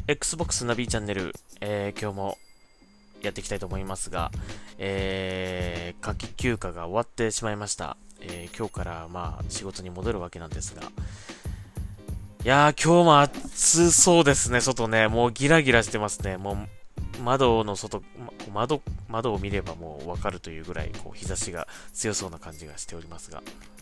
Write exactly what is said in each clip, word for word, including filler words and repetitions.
Xbox ナビチャンネル、えー、今日もやっていきたいと思いますが、えー、夏季休暇が終わってしまいました。えー、今日からまあ仕事に戻るわけなんですが、いやー今日も暑そうですね、外ね。もうギラギラしてますね。もう窓の外、窓、窓を見ればもうわかるというぐらいこう日差しが強そうな感じがしておりますが、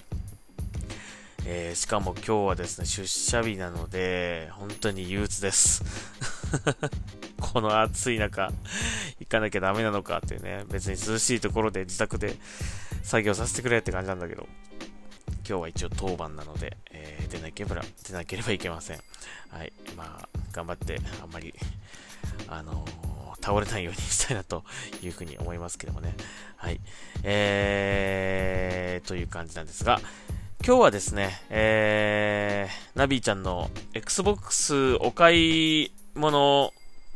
えー、しかも今日はですね、出社日なので、本当に憂鬱です。この暑い中、行かなきゃダメなのかっていうね、別に涼しいところで自宅で作業させてくれって感じなんだけど、今日は一応当番なので、えー、出なければ、出なければいけません。はい。まあ、頑張って、あんまり、あのー、倒れないようにしたいなというふうに思いますけどもね。はい。えー、という感じなんですが、今日はですね、えー、ナビーちゃんの Xbox お買い物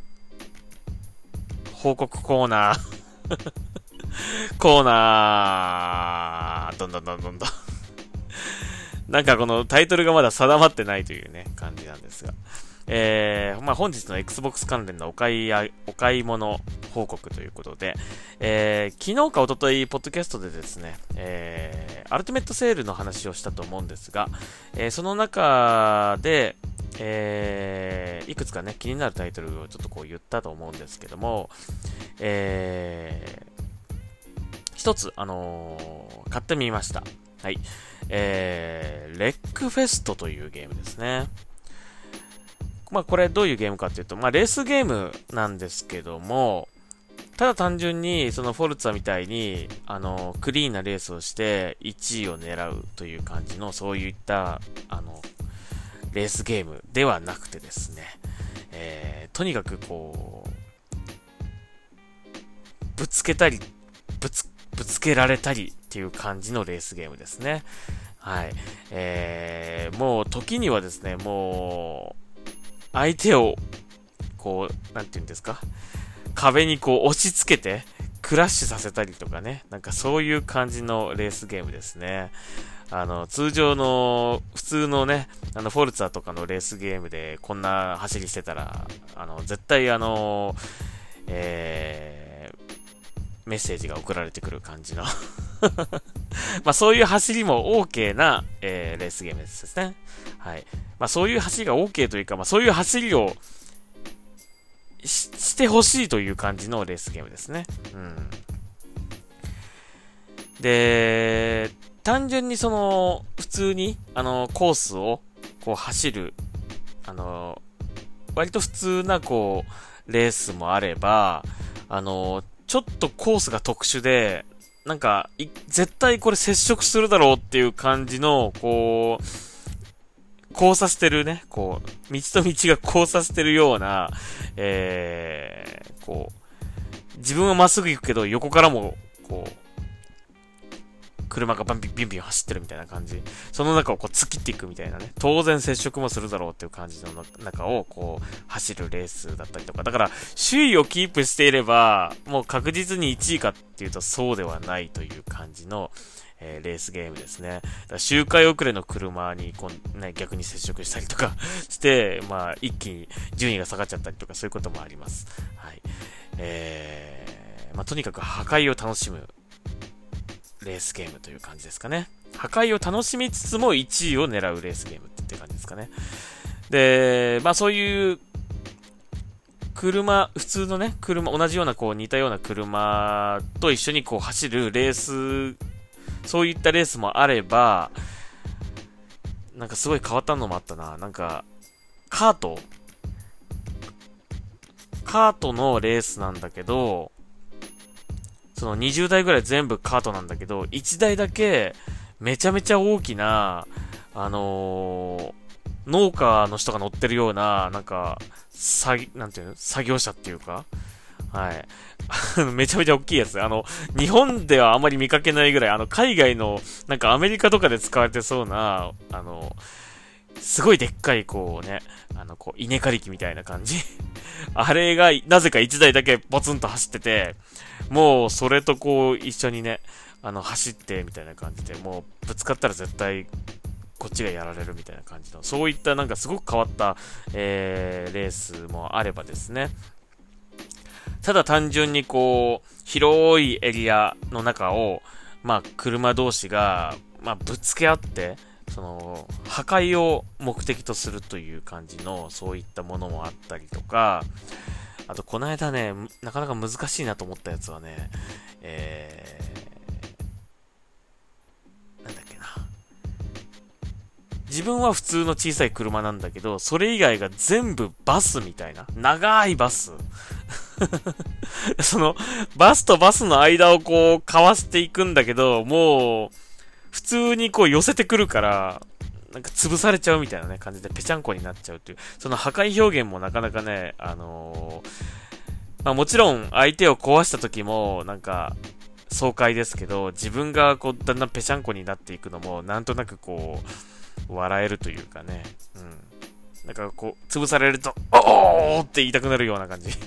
報告コーナーコーナーどんどんどんどんどんなんかこのタイトルがまだ定まってないというね、感じなんですが。えー、まあ本日の Xbox 関連のお買いあ、お買い物報告ということで、えー、昨日か一昨日ポッドキャストでですね、えー、アルティメットセールの話をしたと思うんですが、えー、その中で、えー、いくつかね、気になるタイトルをちょっとこう言ったと思うんですけども、えー、一つ、あのー、買ってみました。はい。えー、レックフェストというゲームですね。まあこれどういうゲームかっていうと、まあレースゲームなんですけども、ただ単純にそのフォルツァみたいに、あの、クリーンなレースをしていちいを狙うという感じの、そういった、あの、レースゲームではなくてですね、えー、とにかくこう、ぶつけたり、ぶつ、ぶつけられたりっていう感じのレースゲームですね。はい。えー、もう時にはですね、もう、相手を、こう、なんていうんですか、壁にこう押し付けて、クラッシュさせたりとかね、なんかそういう感じのレースゲームですね。あの、通常の、普通のね、あの、フォルツァとかのレースゲームでこんな走りしてたら、あの、絶対あの、えー、メッセージが送られてくる感じのまあそういう走りも OK な、えー、レースゲームですね。はい。まあそういう走りが OK というか、まあそういう走りをししてほしいという感じのレースゲームですね。うん。で、単純にその、普通に、あの、コースを、こう走る、あの、割と普通な、こう、レースもあれば、あの、ちょっとコースが特殊で、なんか、絶対これ接触するだろうっていう感じの、こう、交差してるね、こう、道と道が交差してるような、えー、こう、自分はまっすぐ行くけど、横からも、こう、車がバンビンビンビン走ってるみたいな感じ。その中をこう突きっていくみたいなね。当然接触もするだろうっていう感じの中をこう走るレースだったりとか。だから首位をキープしていればもう確実にいちいかっていうとそうではないという感じの、えー、レースゲームですね。だから周回遅れの車にこう、ね、逆に接触したりとかして、まあ一気に順位が下がっちゃったりとかそういうこともあります。はい。えー、まあとにかく破壊を楽しむレースゲームという感じですかね。破壊を楽しみつつもいちいを狙うレースゲームっていう感じですかね。で、まあそういう車、普通のね、車、同じようなこう似たような車と一緒にこう走るレース、そういったレースもあれば、なんかすごい変わったのもあったな。なんか、カートカートのレースなんだけど、そのにじゅうだいぐらい全部カートなんだけど、いちだいだけめちゃめちゃ大きな、あのー、農家の人が乗ってるような、なんか、作、なんていうの作業車っていうか、はい。めちゃめちゃ大きいやつ。あの、日本ではあまり見かけないぐらい、あの、海外の、なんかアメリカとかで使われてそうな、あの、すごいでっかい、こうね、あの、こう、稲刈り機みたいな感じ。あれが、なぜかいちだいだけポツンと走ってて、もう、それとこう、一緒にね、あの、走って、みたいな感じで、もう、ぶつかったら絶対、 こっちがやられるみたいな感じの、そういったなんかすごく変わった、えー、レースもあればですね、ただ単純にこう、広いエリアの中を、まあ、車同士が、まあ、ぶつけ合って、その、破壊を目的とするという感じの、そういったものもあったりとか、あと、この間ね、なかなか難しいなと思ったやつはね、えー、なんだっけな。自分は普通の小さい車なんだけど、それ以外が全部バスみたいな。長いバス。その、バスとバスの間をこう、かわしていくんだけど、もう、普通にこう寄せてくるから、なんか潰されちゃうみたいなね、感じでぺちゃんこになっちゃうっていう、その破壊表現もなかなかね、あのー、まあもちろん相手を壊した時も、なんか、爽快ですけど、自分がこう、だんだんぺちゃんこになっていくのも、なんとなくこう、笑えるというかね、うん。なんかこう、潰されると、おーって言いたくなるような感じ。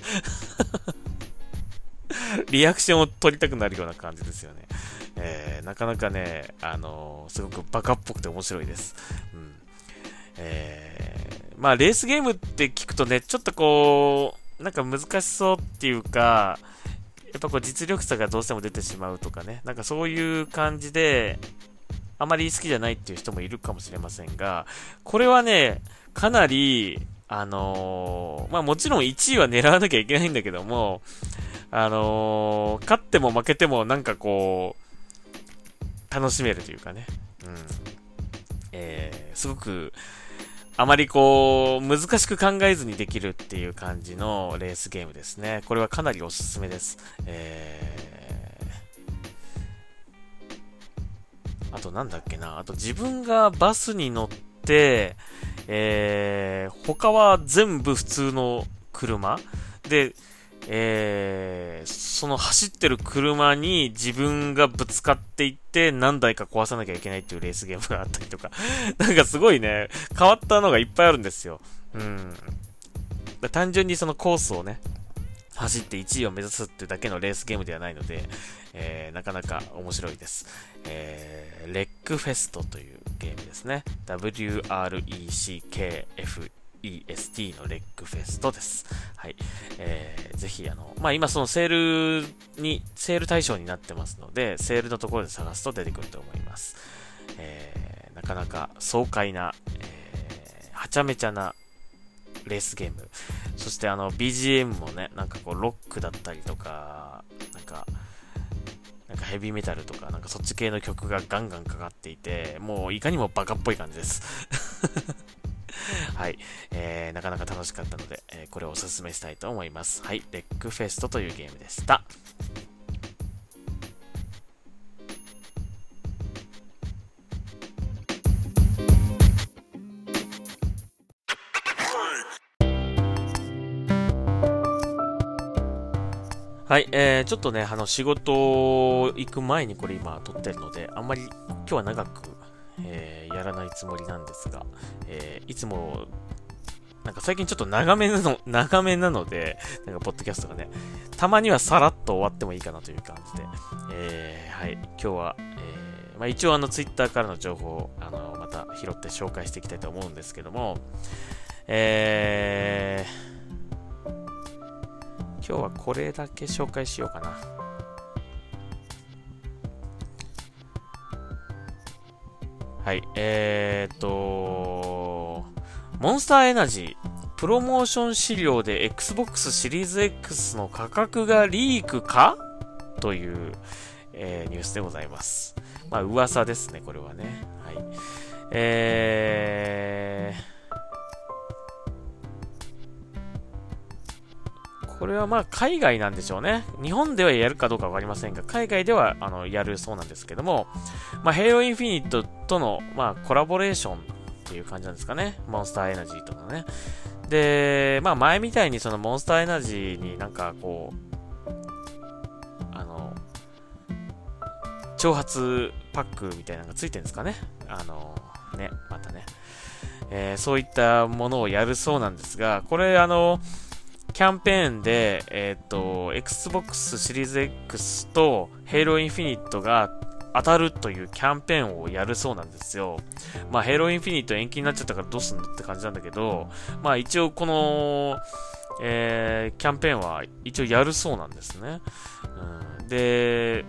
リアクションを取りたくなるような感じですよね。えー、なかなかね、あのー、すごくバカっぽくて面白いです。うん。えー、まあ、レースゲームって聞くとね、ちょっとこう、なんか難しそうっていうか、やっぱこう実力差がどうしても出てしまうとかね、なんかそういう感じで、あまり好きじゃないっていう人もいるかもしれませんが、これはね、かなり、あのー、まあもちろんいちいは狙わなきゃいけないんだけども、あのー、勝っても負けてもなんかこう、楽しめるというかね。うん。えー、すごく、あまりこう、難しく考えずにできるっていう感じのレースゲームですね。これはかなりおすすめです。えー、あとなんだっけな。あと自分がバスに乗って、えー、他は全部普通の車で、えー、その走ってる車に自分がぶつかっていって何台か壊さなきゃいけないっていうレースゲームがあったりとかなんかすごいね、変わったのがいっぱいあるんですよ。うん。単純にそのコースをね、走っていちいを目指すってだけのレースゲームではないので、えー、なかなか面白いです。えー、レックフェストというゲームですね。ダブリューアールイーシーケーエフイーエスティー のレックフェストです。はい。えー、ぜひ、あの、まあ、今そのセールに、セール対象になってますので、セールのところで探すと出てくると思います。えー、なかなか爽快な、えー、はちゃめちゃなレースゲーム。そしてあの、ビージーエム もね、なんかこう、ロックだったりとか、なんか、なんかヘビーメタルとか、なんかそっち系の曲がガンガンかかっていて、もういかにもバカっぽい感じです。はい、えー、なかなか楽しかったので、えー、これをおすすめしたいと思います。はい、レックフェストというゲームでした。はい、えー、ちょっとね、あの、仕事行く前にこれ今撮ってるので、あんまり今日は長く、えー、やらないつもりなんですが、えー、いつも、なんか最近ちょっと長めなの、長めなので、なんかポッドキャストがね、たまにはさらっと終わってもいいかなという感じで、えー、はい、今日は、えー、まあ一応あの、ツイッターからの情報を、あの、また拾って紹介していきたいと思うんですけども、えー、今日はこれだけ紹介しようかな。はい、えーっと、モンスターエナジー、プロモーション資料で Xbox シリーズ X の価格がリークかという、えー、ニュースでございます。まあ、噂ですね、これはね。はい。えー、これはまあ海外なんでしょうね。日本ではやるかどうかわかりませんが、海外ではあのやるそうなんですけども、まあ、ヘイローインフィニットとの、まあ、コラボレーションっていう感じなんですかね。モンスターエナジーとのね。で、まあ前みたいにそのモンスターエナジーになんかこう、あの、挑発パックみたいなのがついてるんですかね。あの、ね、またね。えー、そういったものをやるそうなんですが、これあの、キャンペーンで、えっと、Xbox シリーズ X と Halo Infinite が当たるというキャンペーンをやるそうなんですよ。まあ、ヘイローインフィニット延期になっちゃったからどうすんのって感じなんだけど、まあ一応この、えー、キャンペーンは一応やるそうなんですね。うん、で、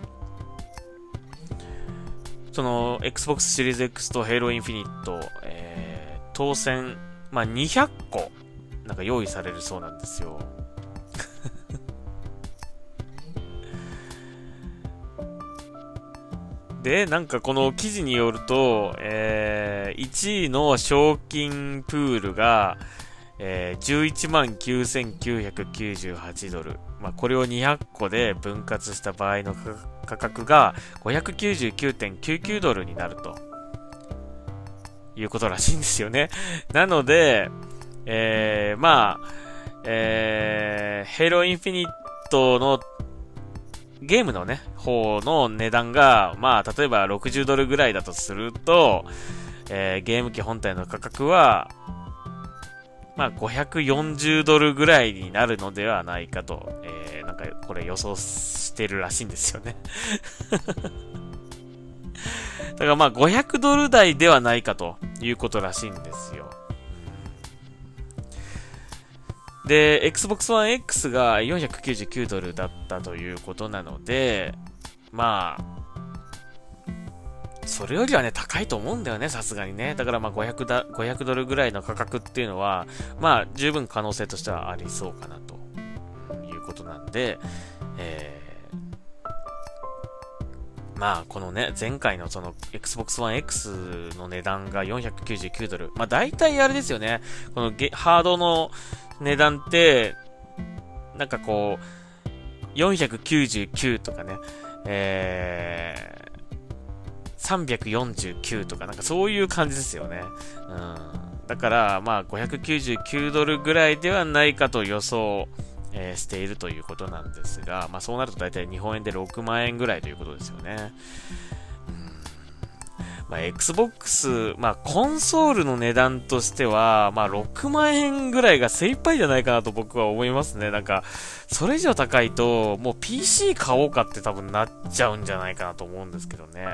その Xbox シリーズ X と Halo Infinite、えー、当選、まあ、にひゃっこなんか用意されるそうなんですよ。で、なんかこの記事によると、えー、いちいの賞金プールが、えー、じゅういちまんきゅうせんきゅうひゃくきゅうじゅうはちドル。まあ、これをにひゃっこで分割した場合の価格が ごひゃくきゅうじゅうきゅうてんきゅうきゅうドルになるということらしいんですよね。なので、えー、まあ、えー、Halo Infinite のゲームのね、方の値段が、まあ、例えばろくじゅうドルぐらいだとすると、えー、ゲーム機本体の価格は、まあ、ごひゃくよんじゅうドルぐらいになるのではないかと、えー、なんか、これ予想してるらしいんですよね。だからまあ、ごひゃくドル台ではないかということらしいんですよ。で、Xbox One X がよんひゃくきゅうじゅうきゅうドルだったということなので、まあ、それよりはね、高いと思うんだよね、さすがにね。だからまあごひゃくだ、ごひゃくドルぐらいの価格っていうのは、まあ十分可能性としてはありそうかなということなんで、えー、まあこのね、前回のその Xbox One X の値段がよんひゃくきゅうじゅうきゅうドル。まあ大体あれですよね、このゲハードの値段って、なんかこう、よんひゃくきゅうじゅうきゅうとかね、えー、さんびゃくよんじゅうきゅうとかなんかそういう感じですよね。うん。だからまあごひゃくきゅうじゅうきゅうドルぐらいではないかと予想、えー、しているということなんですが、まあそうなると大体日本円でろくまんえんぐらいということですよね。うん、まあ Xbox、まあコンソールの値段としては、まあろくまんえんぐらいが精一杯じゃないかなと僕は思いますね。なんか、それ以上高いと、もう ピーシー 買おうかって多分なっちゃうんじゃないかなと思うんですけどね。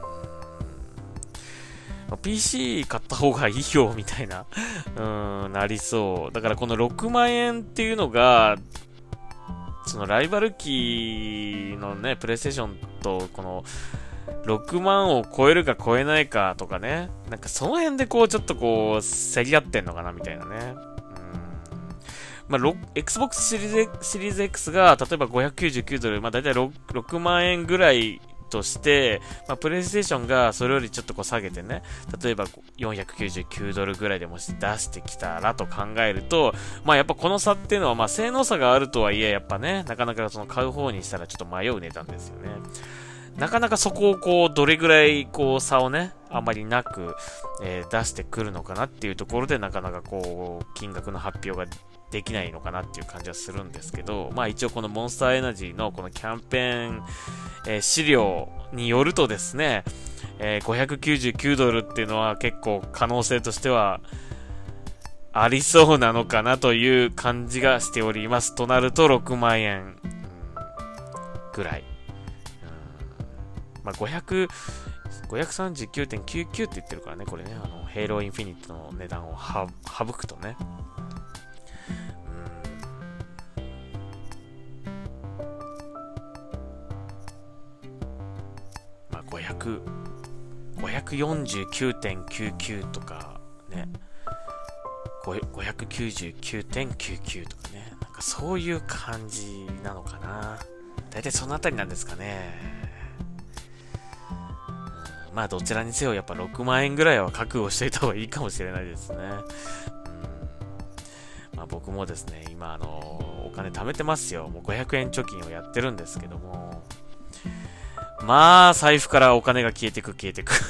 ピーシー 買った方がいいよ、みたいな、うーん、なりそう。だからこのろくまんえんっていうのが、そのライバル機のね、プレイステーションと、この、ろくまんを超えるか超えないかとかね。なんかその辺でこう、ちょっとこう、競り合ってんのかな、みたいなね。うん。まあ、Xbox シリーズ、シリーズ X が、例えばごひゃくきゅうじゅうきゅうドル、まあ、だいたい 6, ろくまんえんぐらい、として、まあ、プレイステーションがそれよりちょっとこう下げてね、例えばよんひゃくきゅうじゅうきゅうドルぐらいでもし出してきたらと考えると、まあやっぱこの差っていうのはまあ性能差があるとはいえ、やっぱね、なかなかその買う方にしたらちょっと迷う値段ですよね。なかなかそこをこう、どれぐらいこう差をね、あまりなく、えー、出してくるのかなっていうところで、なかなかこう、金額の発表ができないのかなっていう感じはするんですけど、まあ一応このモンスターエナジーのこのキャンペーン、えー、資料によるとですね、えー、ごひゃくきゅうじゅうきゅうドルっていうのは結構可能性としてはありそうなのかなという感じがしております。となるとろくまんえん、うん、ぐらい。うん、まあ、ごひゃく、ごひゃくさんじゅうきゅうてんきゅうきゅうって言ってるからね、これね、あの、ヘイローインフィニットの値段をは省くとね。ごひゃく、ごひゃくよんじゅうきゅうてんきゅうきゅうとかね、ごひゃくきゅうじゅうきゅうてんきゅうきゅうとかね、なんかそういう感じなのかな。だいたいそのあたりなんですかね。うん、まあどちらにせよやっぱろくまんえんぐらいは覚悟しておいた方がいいかもしれないですね。うん、まあ僕もですね、今あの、お金貯めてますよ。もうごひゃくえん貯金をやってるんですけども、まあ、財布からお金が消えてく消えてく。い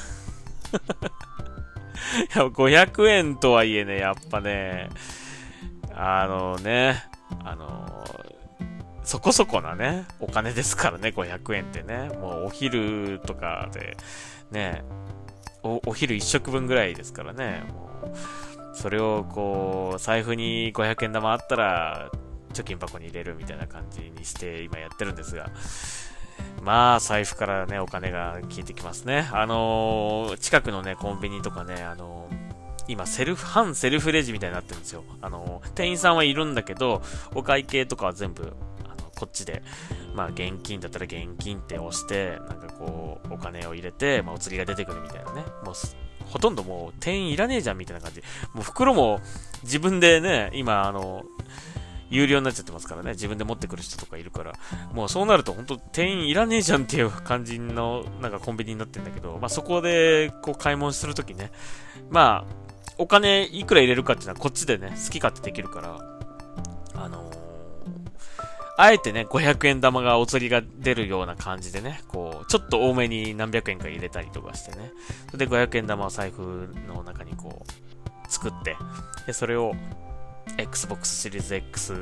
や、ごひゃくえんとはいえね、やっぱね、あのね、あの、そこそこなね、お金ですからね、ごひゃくえんってね。もうお昼とかで、ね、お、お昼一食分ぐらいですからね。もうそれをこう、財布にごひゃくえん玉あったら、貯金箱に入れるみたいな感じにして今やってるんですが、 まあ、財布からね、お金が消えてきますね。あのー、近くのね、コンビニとかね、あのー、今、セルフ、反セルフレジみたいになってるんですよ。あのー、店員さんはいるんだけど、お会計とかは全部、あの、こっちで、まあ、現金だったら現金って押して、なんかこう、お金を入れて、まあ、お釣りが出てくるみたいなね。もう、ほとんどもう、店員いらねえじゃんみたいな感じ。もう、袋も、自分でね、今、あの、有料になっちゃってますからね。自分で持ってくる人とかいるから。もうそうなると本当店員いらねえじゃんっていう感じのなんかコンビニになってるんだけど、まあそこでこう買い物するときね。まあ、お金いくら入れるかっていうのはこっちでね、好き勝手できるから、あのー、あえてね、ごひゃくえん玉がお釣りが出るような感じでね、こう、ちょっと多めに何百円か入れたりとかしてね。それでごひゃくえん玉を財布の中にこう、作って、で、それを、Xbox シリーズ X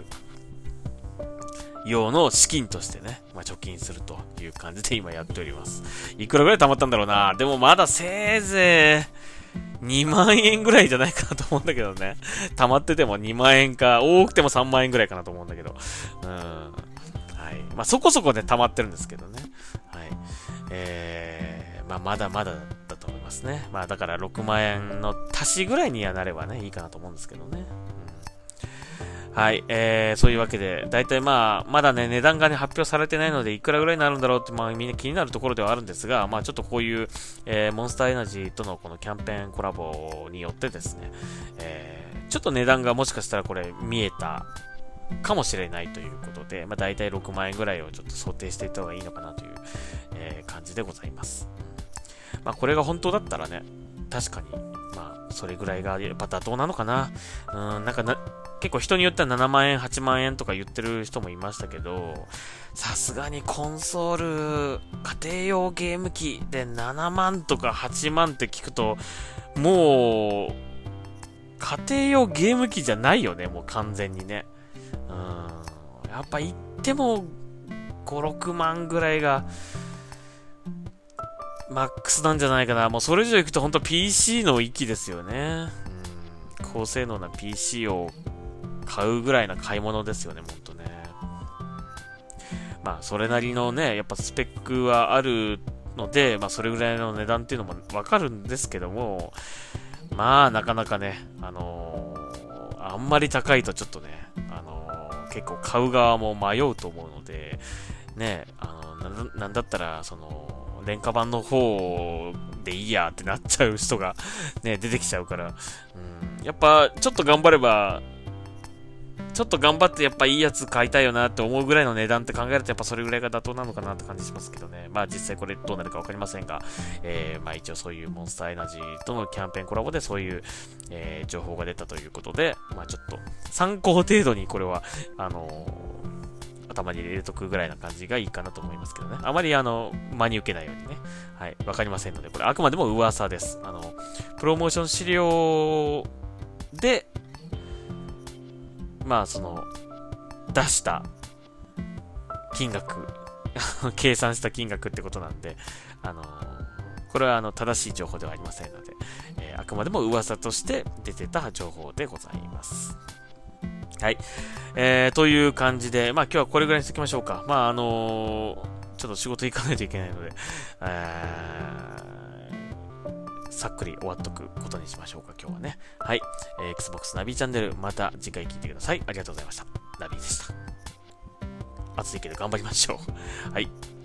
用の資金としてね、まあ、貯金するという感じで今やっております。いくらぐらい貯まったんだろうな。でもまだせいぜいにまんえんぐらいじゃないかなと思うんだけどね。貯まっててもにまんえんか、多くてもさんまんえんぐらいかなと思うんだけど。うん。はい。まあそこそこで貯まってるんですけどね。はい。えー、まあまだまだだと思いますね。まあだからろくまんえんの足しぐらいにはなればね、いいかなと思うんですけどね。はい、えー、そういうわけで、だいたいまあ、まだね、値段がね、発表されてないので、いくらぐらいになるんだろうって、まあ、みんな気になるところではあるんですが、まあ、ちょっとこういう、えー、モンスターエナジーとのこのキャンペーンコラボによってですね、えー、ちょっと値段がもしかしたらこれ見えたかもしれないということで、まあ、だいたいろくまんえんぐらいをちょっと想定していった方がいいのかなという、えー、感じでございます。まあ、これが本当だったらね、確かに、まあ、それぐらいがやっぱ妥当なのかな。うん、なんかな、結構人によってはななまんえん、はちまんえんとか言ってる人もいましたけど、さすがにコンソール、家庭用ゲーム機でななまんとかはちまんって聞くと、もう、家庭用ゲーム機じゃないよね、もう完全にね。うん、やっぱ言ってもご、ろくまんぐらいが、マックスなんじゃないかな。もうそれ以上行くと本当 ピーシー の域ですよね。うん、高性能な ピーシー を買うぐらいな買い物ですよね、ほんとね。まあ、それなりのね、やっぱスペックはあるので、まあ、それぐらいの値段っていうのもわかるんですけども、まあ、なかなかね、あのー、あんまり高いとちょっとね、あのー、結構買う側も迷うと思うので、ね、あのな、なんだったら、その、廉価版の方でいいやってなっちゃう人がね、出てきちゃうから、うん、やっぱ、ちょっと頑張れば、ちょっと頑張ってやっぱいいやつ買いたいよなって思うぐらいの値段って考えるとやっぱそれぐらいが妥当なのかなって感じしますけどね。まあ実際これどうなるかわかりませんが、えー、まあ一応そういうモンスターエナジーとのキャンペーンコラボでそういう、えー、情報が出たということで、まあちょっと参考程度にこれは、あのー、頭に入れとくぐらいな感じがいいかなと思いますけどね。あまりあの、真に受けないようにね。はい。わかりませんので、これあくまでも噂です。あの、プロモーション資料で、まあその出した金額計算した金額ってことなんで、あのー、これはあの正しい情報ではありませんので、えー、あくまでも噂として出てた情報でございます。はい、えー、という感じで、まあ今日はこれぐらいにしておきましょうか。まああのー、ちょっと仕事行かないといけないので、えーさっくり終わっとくことにしましょうか、今日はね。はい。えー、Xbox ナビチャンネル、また次回聞いてください。ありがとうございました。ナビでした。暑いけど頑張りましょう。はい。